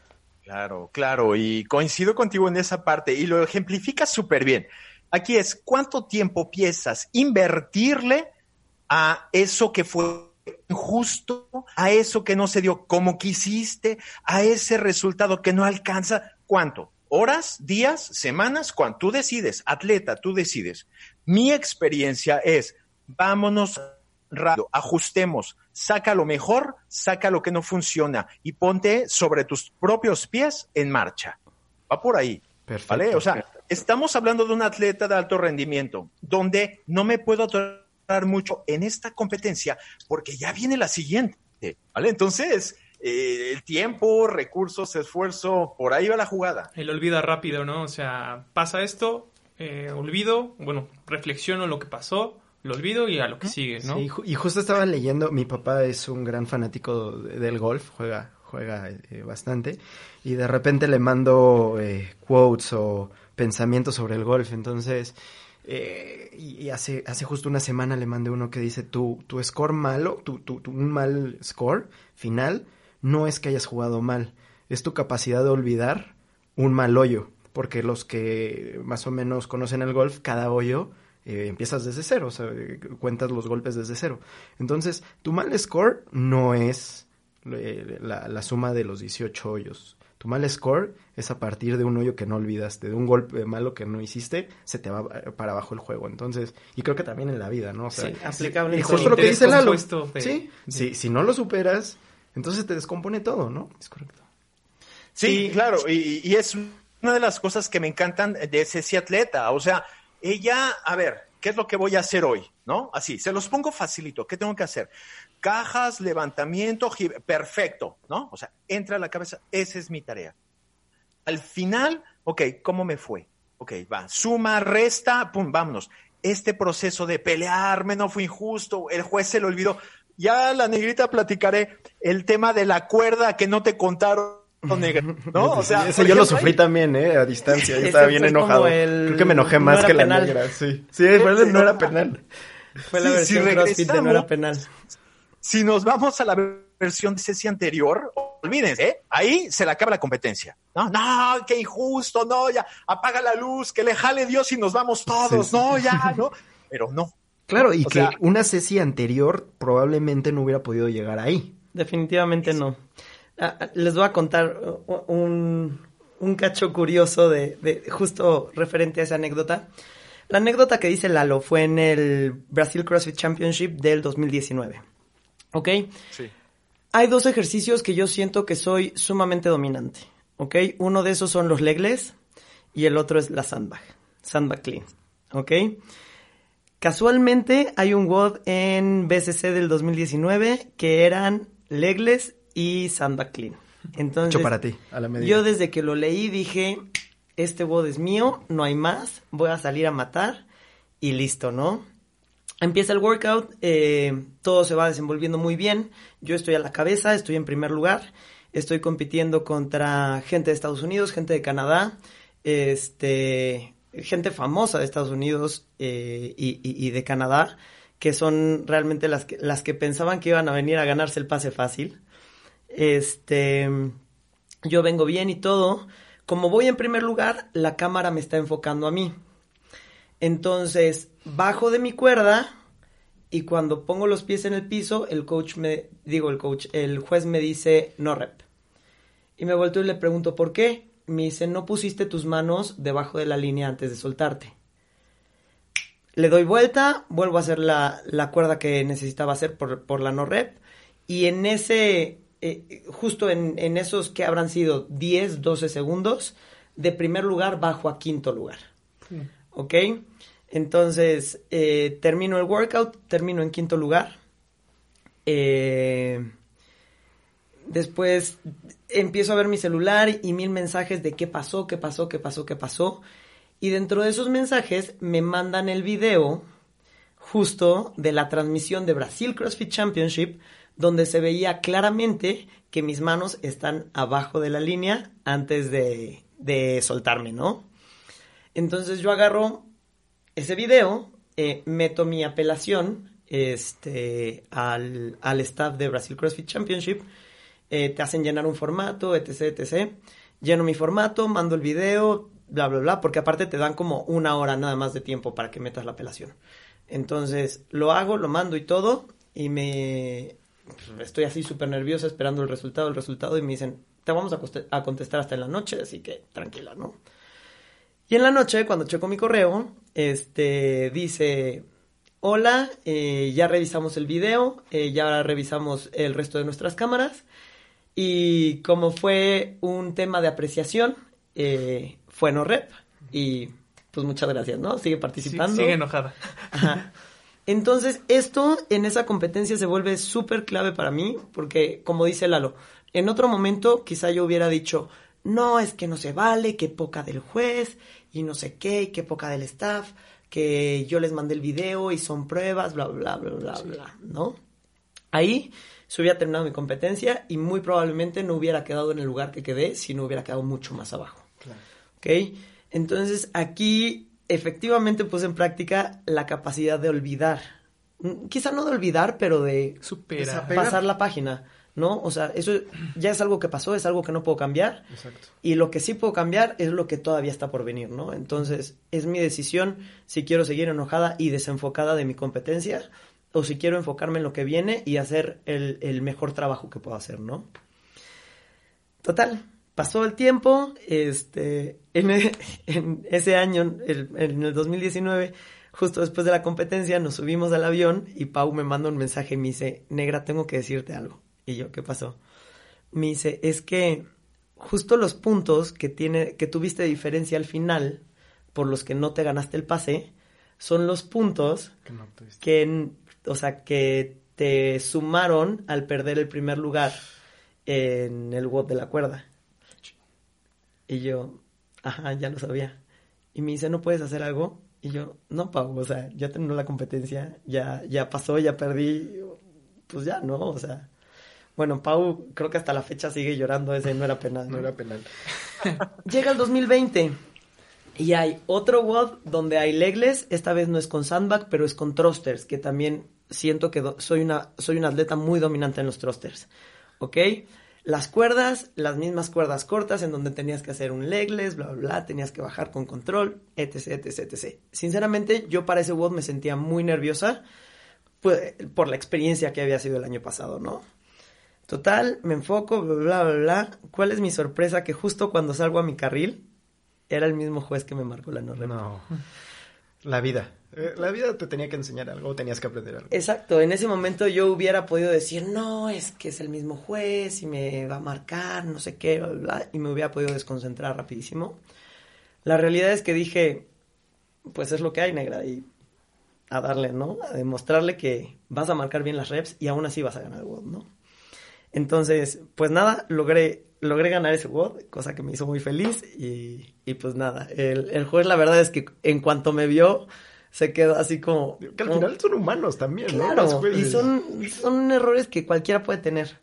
Claro, y coincido contigo en esa parte, y lo ejemplificas súper bien. Aquí es, ¿cuánto tiempo piensas invertirle a eso que fue injusto, a eso que no se dio como quisiste, a ese resultado que no alcanza? ¿Cuánto? ¿Horas, días, semanas? Cuando tú decides, atleta, tú decides. Mi experiencia es, vámonos rápido, ajustemos, saca lo mejor, saca lo que no funciona y ponte sobre tus propios pies en marcha. Va por ahí. Perfecto. ¿Vale? O sea, estamos hablando de un atleta de alto rendimiento, donde no me puedo atorar mucho en esta competencia porque ya viene la siguiente, ¿vale? Entonces, el tiempo, recursos, esfuerzo, por ahí va la jugada. El olvida rápido, ¿no? O sea, pasa esto, olvido, bueno, reflexiono lo que pasó, lo olvido y a lo que sigue, ¿no? Sí, y justo estaba leyendo, mi papá es un gran fanático del golf, juega bastante, y de repente le mando quotes o pensamientos sobre el golf, entonces, y hace justo una semana le mandé uno que dice, tu score malo, un mal score final, no es que hayas jugado mal, es tu capacidad de olvidar un mal hoyo, porque los que más o menos conocen el golf, cada hoyo empiezas desde cero, o sea, cuentas los golpes desde cero. Entonces, tu mal score no es la suma de los 18 hoyos. Tu mal score es a partir de un hoyo que no olvidaste, de un golpe malo que no hiciste, se te va para abajo el juego. Entonces, y creo que también en la vida, ¿no? O sea, sí, aplicable. Y justo lo que dice Lalo. Sí, si no lo superas, entonces te descompone todo, ¿no? Es correcto. Sí, claro, y es una de las cosas que me encantan de ese atleta. O sea, ella, a ver, ¿qué es lo que voy a hacer hoy? ¿No? Así, se los pongo facilito. ¿Qué tengo que hacer? Cajas, levantamiento, perfecto, ¿no? O sea, entra a la cabeza, esa es mi tarea. Al final, ok, ¿cómo me fue? Ok, va, suma, resta, pum, vámonos. Este proceso de pelearme no fue injusto, el juez se lo olvidó. Ya la negrita platicaré el tema de la cuerda que no te contaron, negra, ¿no? O sea, ese yo lo sufrí también, a distancia. Yo estaba bien enojado. Creo que me enojé no más era que la penal. negra. Sí, no era penal. Fue la versión CrossFit de no era penal. Si nos vamos a la versión de Ceci anterior, olvídense, ahí se le acaba la competencia. No, qué injusto, no, ya, apaga la luz, que le jale Dios y nos vamos todos, sí. No, ya, no. Pero no. Claro, y que una Ceci anterior probablemente no hubiera podido llegar ahí. Definitivamente no. Les voy a contar un cacho curioso de justo referente a esa anécdota. La anécdota que dice Lalo fue en el Brazil CrossFit Championship del 2019. ¿Ok? Sí. Hay 2 ejercicios que yo siento que soy sumamente dominante. ¿Ok? Uno de esos son los legless y el otro es la sandbag clean. ¿Ok? Casualmente hay un WOD en BCC del 2019 que eran legless y sandbag clean. Entonces, hecho para ti, a la medida. Yo desde que lo leí dije, este WOD es mío, no hay más, voy a salir a matar y listo, ¿no? Empieza el workout, todo se va desenvolviendo muy bien, yo estoy a la cabeza, estoy en primer lugar, estoy compitiendo contra gente de Estados Unidos, gente de Canadá, gente famosa de Estados Unidos y de Canadá, que son realmente las que pensaban que iban a venir a ganarse el pase fácil. Yo vengo bien y todo. Como voy en primer lugar, la cámara me está enfocando a mí. Entonces, bajo de mi cuerda y cuando pongo los pies en el piso, el juez me dice no rep. Y me volteo y le pregunto, ¿por qué? Me dice, no pusiste tus manos debajo de la línea antes de soltarte. Le doy vuelta, vuelvo a hacer la cuerda que necesitaba hacer por la no rep. Y en ese, justo en esos que habrán sido 10, 12 segundos, de primer lugar bajo a quinto lugar. ¿Ok? Entonces, termino el workout, termino en quinto lugar. Después empiezo a ver mi celular y 1000 mensajes de qué pasó. Y dentro de esos mensajes me mandan el video justo de la transmisión de Brazil CrossFit Championship, donde se veía claramente que mis manos están abajo de la línea antes de soltarme, ¿no? Entonces yo agarro ese video, meto mi apelación al staff de Brazil CrossFit Championship, te hacen llenar un formato, etc. Lleno mi formato, mando el video, bla, bla, bla, porque aparte te dan como 1 hora nada más de tiempo para que metas la apelación. Entonces lo hago, lo mando y todo, y estoy así súper nerviosa esperando el resultado, y me dicen, te vamos a contestar hasta en la noche, así que tranquila, ¿no? Y en la noche, cuando checo mi correo, dice, hola, ya revisamos el video, ya revisamos el resto de nuestras cámaras, y como fue un tema de apreciación, fue no rep, y pues muchas gracias, ¿no? Sigue participando. Sí, sigue enojada. Ajá. Entonces, esto en esa competencia se vuelve súper clave para mí, porque, como dice Lalo, en otro momento quizá yo hubiera dicho, no, es que no se vale, qué poca del juez, y no sé qué, y qué poca del staff, que yo les mandé el video y son pruebas, bla, bla, bla, bla, Sí. bla, ¿no? Ahí se hubiera terminado mi competencia y muy probablemente no hubiera quedado en el lugar que quedé si no hubiera quedado mucho más abajo. Claro. ¿Ok? Entonces, aquí efectivamente puse en práctica la capacidad de olvidar. Quizá no de olvidar, pero de Superar. pasar la página, ¿no? O sea, eso ya es algo que pasó, es algo que no puedo cambiar. Exacto. Y lo que sí puedo cambiar es lo que todavía está por venir, ¿no? Entonces, es mi decisión si quiero seguir enojada y desenfocada de mi competencia o si quiero enfocarme en lo que viene y hacer el mejor trabajo que puedo hacer, ¿no? Total, pasó el tiempo, en ese año, en el 2019, justo después de la competencia, nos subimos al avión y Pau me manda un mensaje y me dice, negra, tengo que decirte algo. Y yo, ¿qué pasó? Me dice, es que justo los puntos que tuviste de diferencia al final, por los que no te ganaste el pase, son los puntos Que no tuviste. que te sumaron al perder el primer lugar en el WOD de la cuerda. Y yo, ajá, ya lo sabía. Y me dice, ¿no puedes hacer algo? Y yo, no, Pau, o sea, ya terminó la competencia, ya pasó, ya perdí, pues ya, ¿no? O sea, bueno, Pau creo que hasta la fecha sigue llorando, ese no era penal. No era penal. Llega el 2020 y hay otro WOD donde hay legless, esta vez no es con sandbag, pero es con thrusters, que también siento que soy un atleta muy dominante en los thrusters, ¿ok? Las cuerdas, las mismas cuerdas cortas en donde tenías que hacer un legless, bla, bla, bla, tenías que bajar con control, etc, etc, etc. Sinceramente, yo para ese WOD me sentía muy nerviosa pues, por la experiencia que había sido el año pasado, ¿no? Total, me enfoco, bla, bla, bla, bla. ¿Cuál es mi sorpresa? Que justo cuando salgo a mi carril, era el mismo juez que me marcó la no rep. No. La vida. La vida te tenía que enseñar algo, tenías que aprender algo. Exacto, en ese momento yo hubiera podido decir, no, es que es el mismo juez y me va a marcar, no sé qué, bla, bla, bla, y me hubiera podido desconcentrar rapidísimo. La realidad es que dije, pues es lo que hay, negra, y a darle, ¿no? A demostrarle que vas a marcar bien las reps y aún así vas a ganar el WOD, ¿no? Entonces, pues nada, logré ganar ese WOD, cosa que me hizo muy feliz y pues nada, el juez la verdad es que en cuanto me vio se quedó así como... Que al final son humanos también, ¿no? Claro, y son errores que cualquiera puede tener.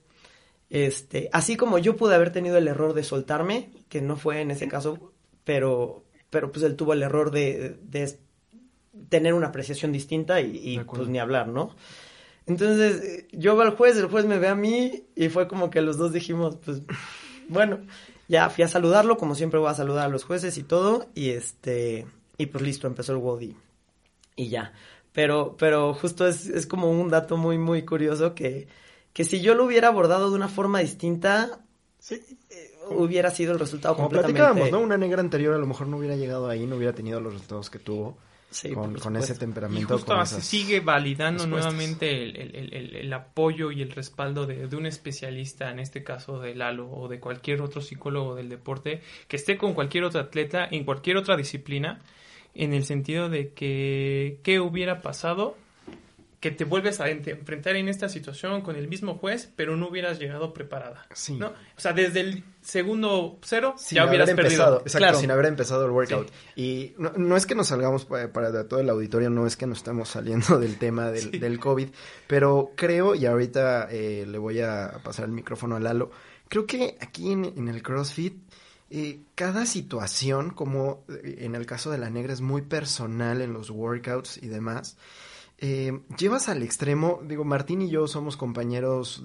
Así como yo pude haber tenido el error de soltarme, que no fue en ese caso, pero pues él tuvo el error de tener una apreciación distinta y pues ni hablar, ¿no? Entonces, yo veo al juez, el juez me ve a mí y fue como que los dos dijimos, pues, bueno, ya fui a saludarlo, como siempre voy a saludar a los jueces y todo, y pues listo, empezó el WOD y ya. Pero justo es como un dato muy, muy curioso que si yo lo hubiera abordado de una forma distinta, sí, hubiera sido el resultado como completamente... platicábamos, ¿no? Una negra anterior a lo mejor no hubiera llegado ahí, no hubiera tenido los resultados que tuvo. Sí, con ese temperamento. Y justo con así sigue validando respuestas. nuevamente el apoyo y el respaldo de un especialista, en este caso de Lalo o de cualquier otro psicólogo del deporte, que esté con cualquier otro atleta en cualquier otra disciplina, en el sentido de que qué hubiera pasado, que te vuelves a enfrentar en esta situación con el mismo juez, pero no hubieras llegado preparada. Sí. ¿No? O sea, desde el segundo 0 sin ya hubieras perdido. Exacto, claro. Sin haber empezado el workout. Sí. Y no es que nos salgamos para todo el auditorio, no es que nos estamos saliendo del tema del COVID, pero creo, y ahorita le voy a pasar el micrófono a Lalo, creo que aquí en el CrossFit, cada situación, como en el caso de la negra, es muy personal en los workouts y demás. Llevas al extremo, digo, Martín y yo somos compañeros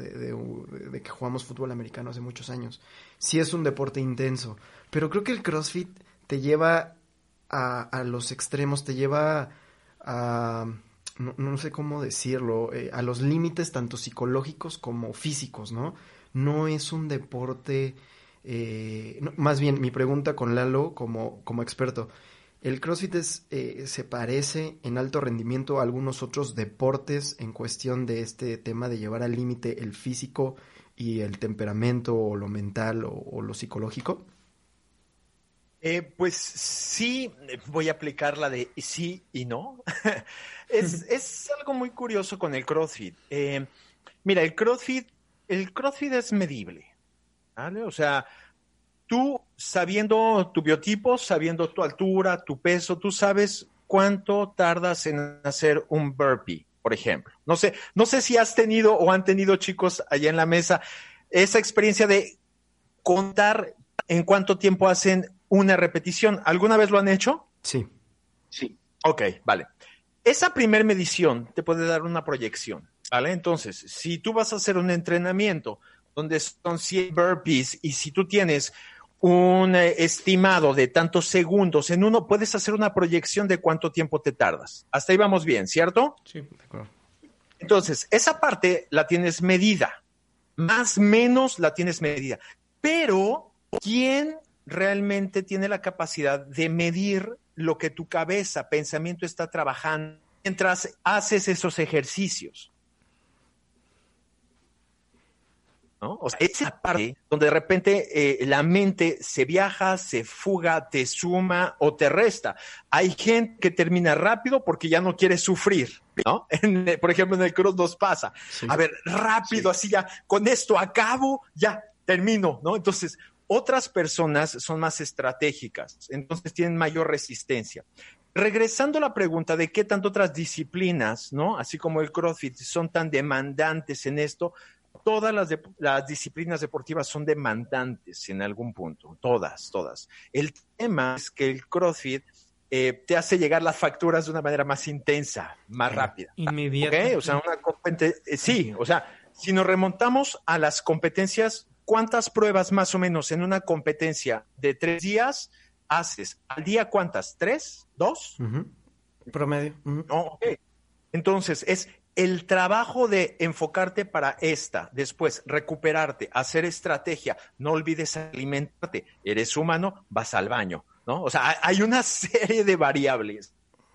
de que jugamos fútbol americano hace muchos años. Sí es un deporte intenso, pero creo que el CrossFit te lleva a los extremos, te lleva a, no sé cómo decirlo, a los límites tanto psicológicos como físicos, ¿no? No es un deporte, más bien mi pregunta con Lalo como experto. ¿El CrossFit se parece en alto rendimiento a algunos otros deportes en cuestión de este tema de llevar al límite el físico y el temperamento o lo mental o lo psicológico? Pues sí, voy a aplicar la de sí y no. Es algo muy curioso con el CrossFit. Mira, el CrossFit es medible, ¿vale? O sea, tú sabiendo tu biotipo, sabiendo tu altura, tu peso, tú sabes cuánto tardas en hacer un burpee, por ejemplo. No sé si has tenido o han tenido chicos allá en la mesa esa experiencia de contar en cuánto tiempo hacen una repetición. ¿Alguna vez lo han hecho? Sí. Ok, vale. Esa primer medición te puede dar una proyección, ¿vale? Entonces, si tú vas a hacer un entrenamiento donde son 100 burpees y si tú tienes un estimado de tantos segundos en uno, puedes hacer una proyección de cuánto tiempo te tardas. Hasta ahí vamos bien, ¿cierto? Sí, de acuerdo. Entonces, esa parte la tienes medida. Más o menos la tienes medida. Pero, ¿quién realmente tiene la capacidad de medir lo que tu cabeza, pensamiento está trabajando mientras haces esos ejercicios? ¿No? O sea, esa parte donde de repente la mente se viaja, se fuga, te suma o te resta. Hay gente que termina rápido porque ya no quiere sufrir, ¿no? Por ejemplo, en el cross nos pasa. Sí. A ver, rápido, así ya, con esto acabo, ya, termino, ¿no? Entonces, otras personas son más estratégicas, entonces tienen mayor resistencia. Regresando a la pregunta de qué tanto otras disciplinas, ¿no? Así como el CrossFit, son tan demandantes en esto, todas las disciplinas deportivas son demandantes en algún punto, todas. El tema es que el CrossFit te hace llegar las facturas de una manera más intensa, más rápida. Inmediata. ¿Okay? O sea, sí, o sea, si nos remontamos a las competencias, ¿cuántas pruebas más o menos en una competencia de 3 días haces? ¿Al día cuántas? ¿3? ¿2? Ujú. Promedio. Ujú. No, ok. Entonces, es el trabajo de enfocarte para después recuperarte, hacer estrategia, no olvides alimentarte. Eres humano, vas al baño, ¿no? O sea, hay una serie de variables.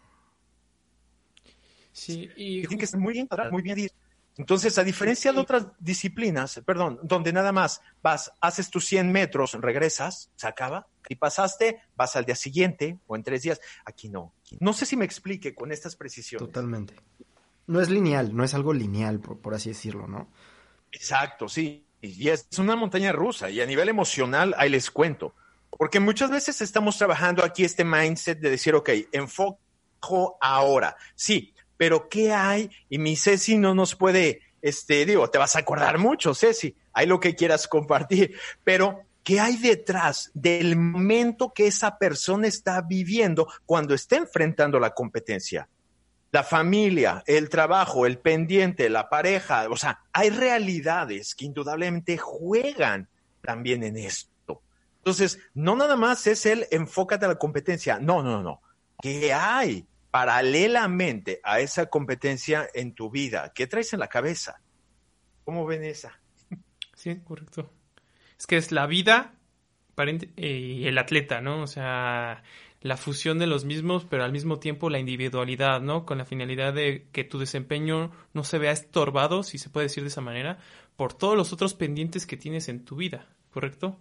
Sí, y Tienen que estar muy bien cuadradas, muy bien divididas. Entonces, a diferencia de otras disciplinas, donde nada más haces tus 100 metros, regresas, se acaba, y pasaste, vas al día siguiente o en 3 días. Aquí no. No sé si me explique con estas precisiones. Totalmente. No es lineal, no es algo lineal, por así decirlo, ¿no? Exacto, sí. Y es una montaña rusa. Y a nivel emocional, ahí les cuento. Porque muchas veces estamos trabajando aquí este mindset de decir, ok, enfoco ahora. Sí, pero ¿qué hay? Y mi Ceci no nos puede, te vas a acordar mucho, Ceci. Hay lo que quieras compartir. Pero, ¿qué hay detrás del momento que esa persona está viviendo cuando está enfrentando la competencia? La familia, el trabajo, el pendiente, la pareja, o sea, hay realidades que indudablemente juegan también en esto. Entonces, no nada más es el enfócate a la competencia, no. ¿Qué hay paralelamente a esa competencia en tu vida? ¿Qué traes en la cabeza? ¿Cómo ven esa? sí, correcto. Es que es la vida y el atleta, ¿no? O sea, la fusión de los mismos, pero al mismo tiempo la individualidad, ¿no? Con la finalidad de que tu desempeño no se vea estorbado, si se puede decir de esa manera, por todos los otros pendientes que tienes en tu vida, ¿correcto?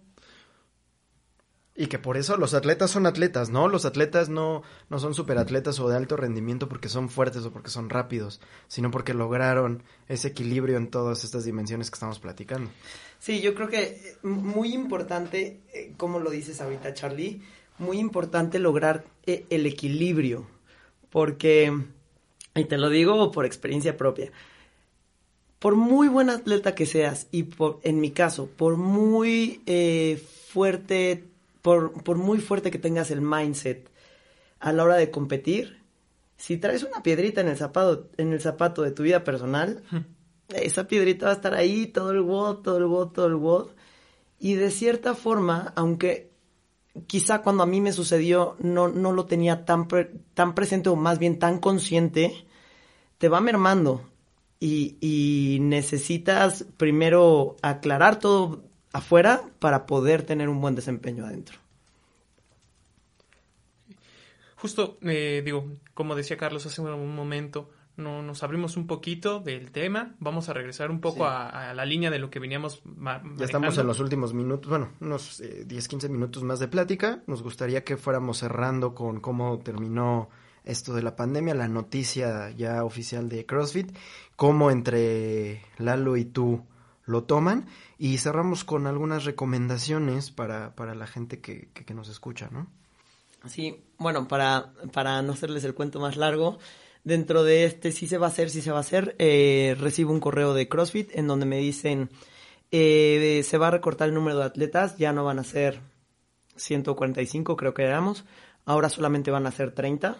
Y que por eso los atletas son atletas, ¿no? Los atletas no son superatletas o de alto rendimiento porque son fuertes o porque son rápidos, sino porque lograron ese equilibrio en todas estas dimensiones que estamos platicando. Sí, yo creo que muy importante, como lo dices ahorita, Charlie, muy importante lograr el equilibrio, porque, y te lo digo por experiencia propia, por muy buen atleta que seas, y en mi caso, por muy fuerte, por muy fuerte que tengas el mindset a la hora de competir, si traes una piedrita en el zapato de tu vida personal, esa piedrita va a estar ahí todo el WOD, y de cierta forma, aunque quizá cuando a mí me sucedió no lo tenía tan presente, o más bien tan consciente, te va mermando y necesitas primero aclarar todo afuera para poder tener un buen desempeño adentro. Justo, como decía Carlos hace un momento, nos abrimos un poquito del tema, vamos a regresar un poco a la línea de lo que veníamos manejando. Ya estamos en los últimos minutos, unos 10-15 minutos más de plática. Nos gustaría que fuéramos cerrando con cómo terminó esto de la pandemia, la noticia ya oficial de CrossFit, cómo entre Lalo y tú lo toman, y cerramos con algunas recomendaciones para la gente que nos escucha, ¿no? Sí, bueno, para no hacerles el cuento más largo, dentro de sí se va a hacer, recibo un correo de CrossFit en donde me dicen, se va a recortar el número de atletas, ya no van a ser 145, creo que éramos, ahora solamente van a ser 30,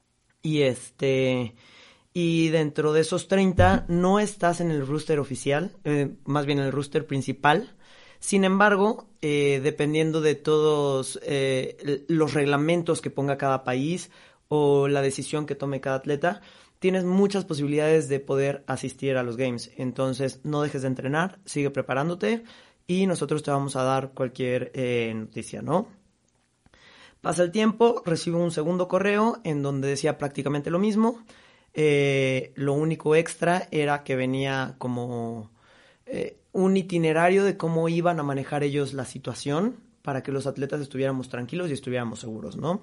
y dentro de esos 30 no estás en el roster oficial, más bien en el roster principal. Sin embargo, dependiendo de todos los reglamentos que ponga cada país o la decisión que tome cada atleta, tienes muchas posibilidades de poder asistir a los Games. Entonces, no dejes de entrenar, sigue preparándote y nosotros te vamos a dar cualquier noticia, ¿no? Pasa el tiempo, recibo un segundo correo en donde decía prácticamente lo mismo. Lo único extra era que venía como un itinerario de cómo iban a manejar ellos la situación para que los atletas estuviéramos tranquilos y estuviéramos seguros, ¿no?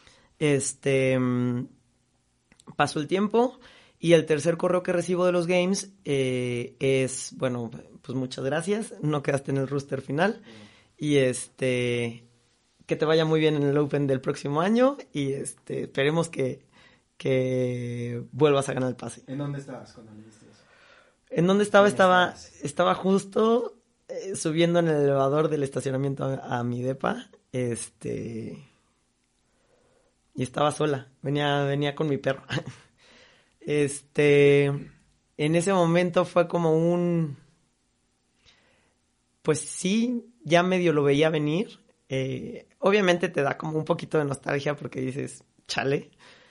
Pasó el tiempo y el tercer correo que recibo de los Games es, bueno, pues muchas gracias, no quedaste en el roster final y que te vaya muy bien en el Open del próximo año y esperemos que vuelvas a ganar el pase. ¿En dónde estabas cuando le diste eso? ¿En dónde estaba? Estaba justo subiendo en el elevador del estacionamiento a mi depa, y estaba sola, venía con mi perro. En ese momento fue como pues sí, ya medio lo veía venir. Obviamente te da como un poquito de nostalgia porque dices, chale.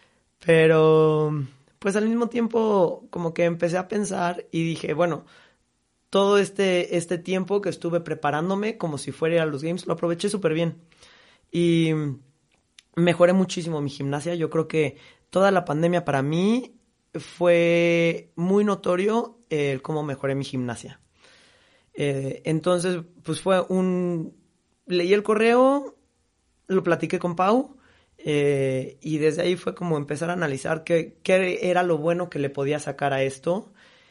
Pero pues al mismo tiempo como que empecé a pensar y dije, bueno, todo este tiempo que estuve preparándome como si fuera a los Games, lo aproveché súper bien. Y mejoré muchísimo mi gimnasia. Yo creo que toda la pandemia para mí fue muy notorio el cómo mejoré mi gimnasia. Entonces, pues leí el correo, lo platiqué con Pau, y desde ahí fue como empezar a analizar qué era lo bueno que le podía sacar a esto.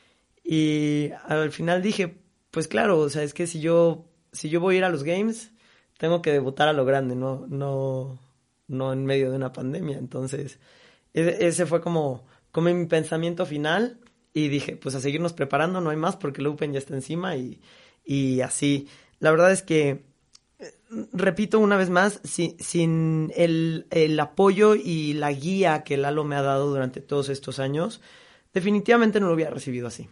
Y al final dije, pues claro, o sea, es que si yo voy a ir a los Games, tengo que debutar a lo grande, no en medio de una pandemia. Entonces, ese fue como mi pensamiento final. Y dije, pues a seguirnos preparando, no hay más, porque el Open ya está encima y así. La verdad es que, repito una vez más, sin el apoyo y la guía que Lalo me ha dado durante todos estos años, definitivamente no lo hubiera recibido así.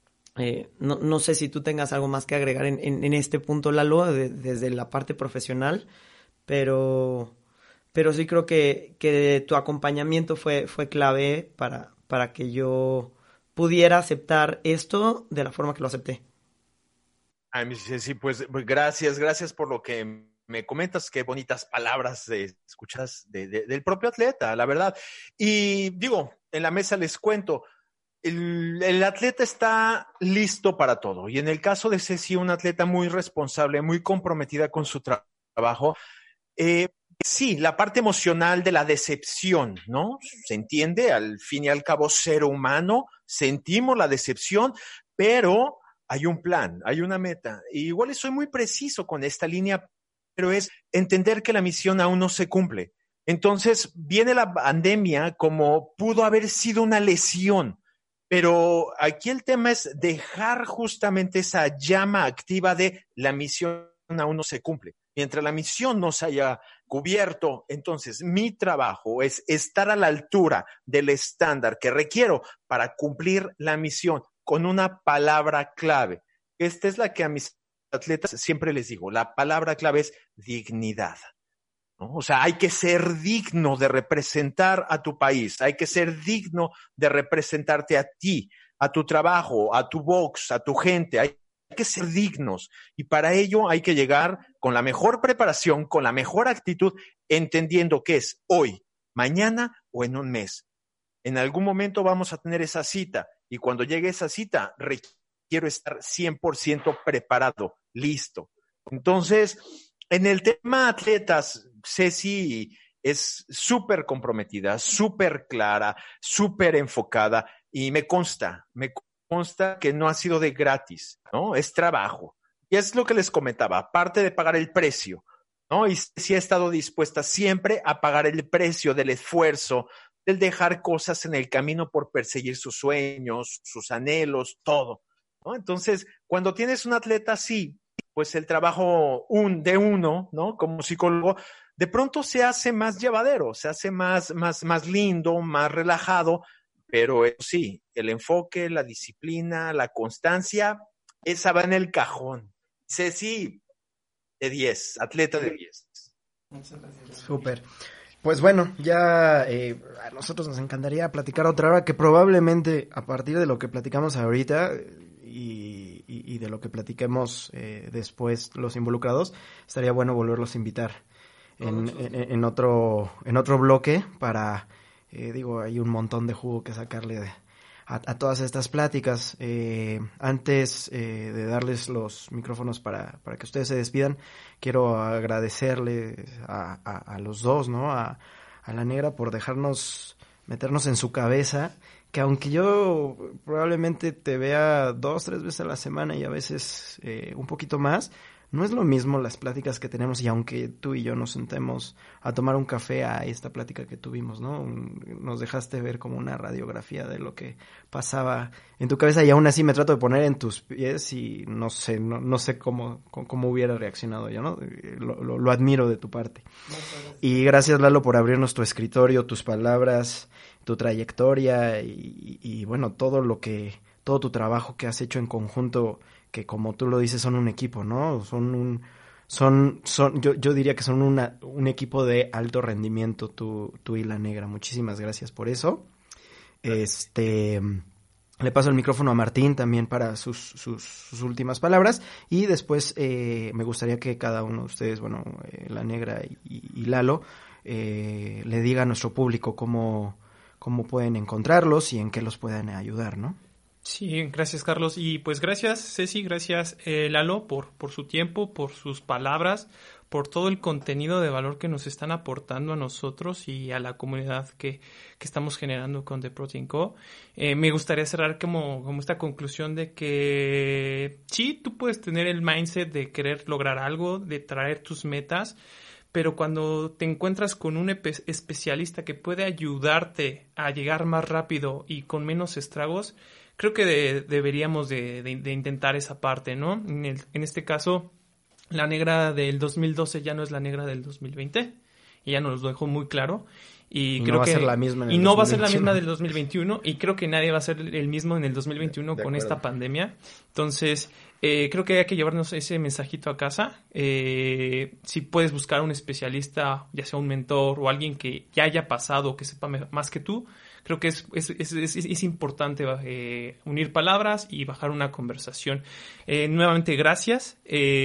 No sé si tú tengas algo más que agregar en este punto, Lalo, desde la parte profesional, pero sí creo que tu acompañamiento fue clave para que yo pudiera aceptar esto de la forma que lo acepté. Ay, sí, pues gracias por lo que me comentas, qué bonitas palabras escuchas del propio atleta, la verdad. Y digo, en la mesa les cuento, el atleta está listo para todo. Y en el caso de Ceci, una atleta muy responsable, muy comprometida con su trabajo, sí, la parte emocional de la decepción, ¿no? Se entiende, al fin y al cabo, ser humano, sentimos la decepción, pero hay un plan, hay una meta. Y igual soy muy preciso con esta línea, pero es entender que la misión aún no se cumple. Entonces, viene la pandemia como pudo haber sido una lesión, pero aquí el tema es dejar justamente esa llama activa de la misión aún no se cumple. Mientras la misión no se haya cubierto, entonces mi trabajo es estar a la altura del estándar que requiero para cumplir la misión con una palabra clave. Esta es la que a mis atletas siempre les digo, la palabra clave es dignidad, ¿no? O sea, hay que ser digno de representar a tu país, hay que ser digno de representarte a ti, a tu trabajo, a tu box, a tu gente, hay que ser dignos y para ello hay que llegar con la mejor preparación, con la mejor actitud, entendiendo que es hoy, mañana o en un mes. En algún momento vamos a tener esa cita y cuando llegue esa cita requiero estar 100% preparado, listo. Entonces, en el tema atletas, Ceci es súper comprometida, súper clara, súper enfocada y me consta que no ha sido de gratis, ¿no? Es trabajo. Y es lo que les comentaba, aparte de pagar el precio, ¿no? Y sí ha estado dispuesta siempre a pagar el precio del esfuerzo, del dejar cosas en el camino por perseguir sus sueños, sus anhelos, todo, ¿no? Entonces, cuando tienes un atleta así, pues el trabajo de uno, ¿no? Como psicólogo, de pronto se hace más llevadero, se hace más lindo, más relajado, pero sí, el enfoque, la disciplina, la constancia, esa va en el cajón. Ceci, de 10, atleta de 10. Súper. Pues bueno, ya a nosotros nos encantaría platicar otra hora que probablemente a partir de lo que platicamos ahorita y de lo que platiquemos después los involucrados, estaría bueno volverlos a invitar en otro bloque para... hay un montón de jugo que sacarle a todas estas pláticas. Antes de darles los micrófonos para que ustedes se despidan, quiero agradecerle a los dos, ¿no? A la negra por dejarnos meternos en su cabeza, que aunque yo probablemente te vea 2-3 veces a la semana y a veces un poquito más, no es lo mismo las pláticas que tenemos, y aunque tú y yo nos sentemos a tomar un café a esta plática que tuvimos, ¿no? Nos dejaste ver como una radiografía de lo que pasaba en tu cabeza, y aún así me trato de poner en tus pies y no sé cómo hubiera reaccionado yo, ¿no? Lo admiro de tu parte. Y gracias, Lalo, por abrirnos tu escritorio, tus palabras, tu trayectoria y bueno, todo tu trabajo que has hecho en conjunto, que como tú lo dices, son un equipo, ¿no? Yo diría que son un equipo de alto rendimiento, tú y La Negra. Muchísimas gracias por eso. Le paso el micrófono a Martín también para sus últimas palabras, y después me gustaría que cada uno de ustedes, bueno, La Negra y Lalo, le diga a nuestro público cómo pueden encontrarlos y en qué los pueden ayudar, ¿no? Sí, gracias, Carlos. Y pues gracias, Ceci, gracias, Lalo, por su tiempo, por sus palabras, por todo el contenido de valor que nos están aportando a nosotros y a la comunidad que estamos generando con The Protein Co. Me gustaría cerrar como esta conclusión de que sí, tú puedes tener el mindset de querer lograr algo, de traer tus metas, pero cuando te encuentras con un especialista que puede ayudarte a llegar más rápido y con menos estragos, creo que deberíamos de intentar esa parte, ¿no? En este caso, La Negra del 2012 ya no es La Negra del 2020. Ella nos lo dejó muy claro. Y creo no va que a ser la misma en el y no 2021. va a ser la misma del 2021. Y creo que nadie va a ser el mismo en el 2021 con esta pandemia. Entonces, creo que hay que llevarnos ese mensajito a casa. Si puedes buscar un especialista, ya sea un mentor o alguien que ya haya pasado o que sepa más que tú, creo que es importante unir palabras y bajar una conversación. Nuevamente, gracias.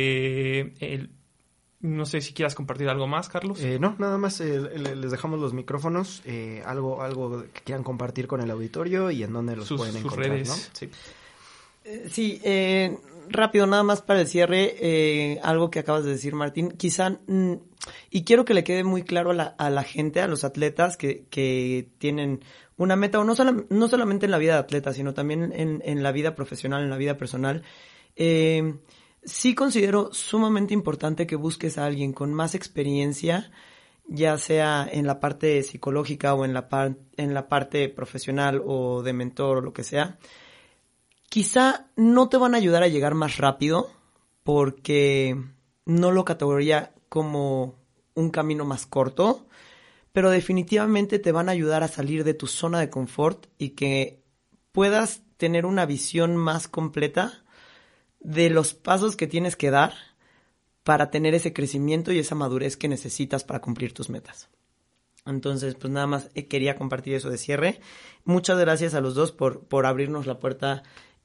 No sé si quieras compartir algo más, Carlos. No, nada más les dejamos los micrófonos. Algo que quieran compartir con el auditorio y en dónde los pueden encontrar, redes. ¿no? Sí, rápido, nada más para el cierre, algo que acabas de decir, Martín, quizá, y quiero que le quede muy claro a la gente, a los atletas que tienen una meta, o no solamente en la vida de atleta, sino también en la vida profesional, en la vida personal. Sí considero sumamente importante que busques a alguien con más experiencia, ya sea en la parte psicológica o en la parte profesional o de mentor o lo que sea. Quizá no te van a ayudar a llegar más rápido porque no lo categorizaría como un camino más corto, pero definitivamente te van a ayudar a salir de tu zona de confort y que puedas tener una visión más completa de los pasos que tienes que dar para tener ese crecimiento y esa madurez que necesitas para cumplir tus metas. Entonces, pues nada más quería compartir eso de cierre. Muchas gracias a los dos por abrirnos la puerta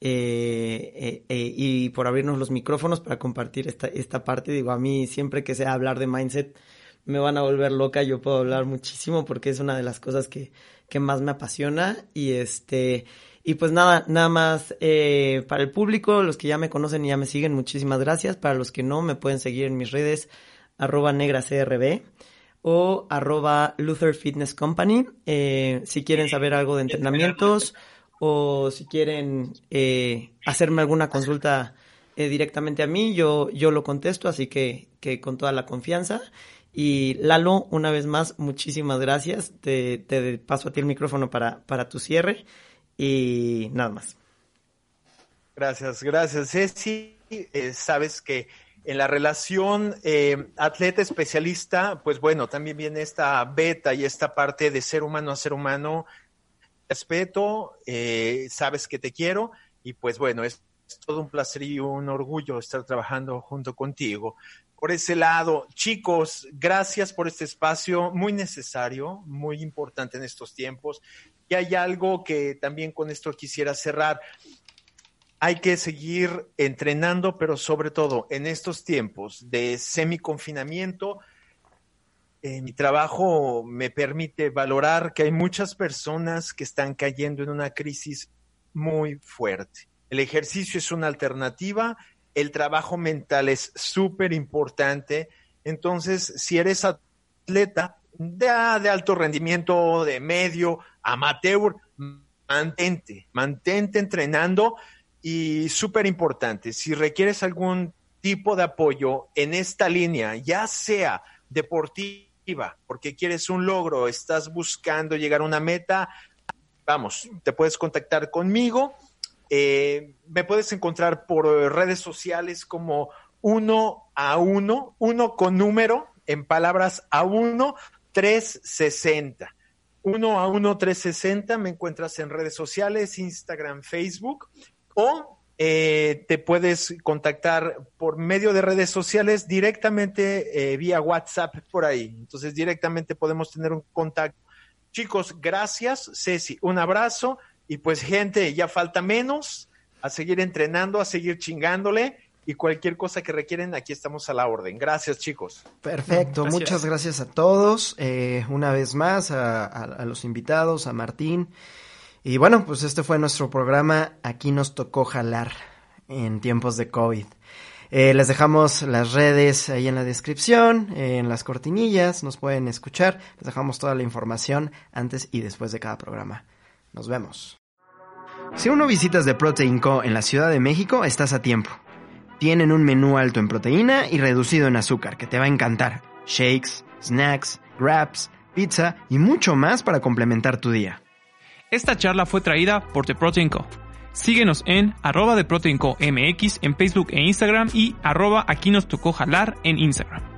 y por abrirnos los micrófonos para compartir esta parte. Digo, a mí siempre que sea hablar de mindset me van a volver loca. Yo puedo hablar muchísimo porque es una de las cosas que más me apasiona. Y pues nada más para el público, los que ya me conocen y ya me siguen, muchísimas gracias. Para los que no, me pueden seguir en mis redes, @negracrb o @Luther Fitness Company. Si quieren saber algo de entrenamientos o si quieren hacerme alguna consulta directamente a mí, yo lo contesto, así que con toda la confianza. Y Lalo, una vez más, muchísimas gracias. Te paso a ti el micrófono para tu cierre. Y nada más. Gracias, Ceci. Sabes que en la relación atleta-especialista, pues bueno, también viene esta beta y esta parte de ser humano a ser humano. Respeto, sabes que te quiero y pues bueno, es todo un placer y un orgullo estar trabajando junto contigo. Por ese lado, chicos, gracias por este espacio muy necesario, muy importante en estos tiempos. Y hay algo que también con esto quisiera cerrar. Hay que seguir entrenando, pero sobre todo en estos tiempos de semiconfinamiento, mi trabajo me permite valorar que hay muchas personas que están cayendo en una crisis muy fuerte. El ejercicio es una alternativa, el trabajo mental es súper importante. Entonces, si eres atleta de alto rendimiento, de medio, amateur, mantente entrenando y súper importante. Si requieres algún tipo de apoyo en esta línea, ya sea deportiva, porque quieres un logro, estás buscando llegar a una meta, vamos, te puedes contactar conmigo. Me puedes encontrar por redes sociales como 1 con número, en palabras A1 360. 1 360, me encuentras en redes sociales, Instagram, Facebook, o te puedes contactar por medio de redes sociales directamente vía WhatsApp por ahí. Entonces directamente podemos tener un contacto. Chicos, gracias. Ceci, un abrazo. Y pues gente, ya falta menos, a seguir entrenando, a seguir chingándole, y cualquier cosa que requieren, aquí estamos a la orden. Gracias, chicos. Perfecto, gracias. Muchas gracias a todos, una vez más a los invitados, a Martín. Y bueno, pues este fue nuestro programa, Aquí nos tocó jalar en tiempos de COVID. Les dejamos las redes ahí en la descripción, en las cortinillas, nos pueden escuchar, les dejamos toda la información antes y después de cada programa. Nos vemos. Si aún no visitas The Protein Co. en la Ciudad de México, estás a tiempo. Tienen un menú alto en proteína y reducido en azúcar que te va a encantar. Shakes, snacks, wraps, pizza y mucho más para complementar tu día. Esta charla fue traída por The Protein Co. Síguenos en @TheProteinCoMX en Facebook e Instagram y @Aquí nos tocó jalar en Instagram.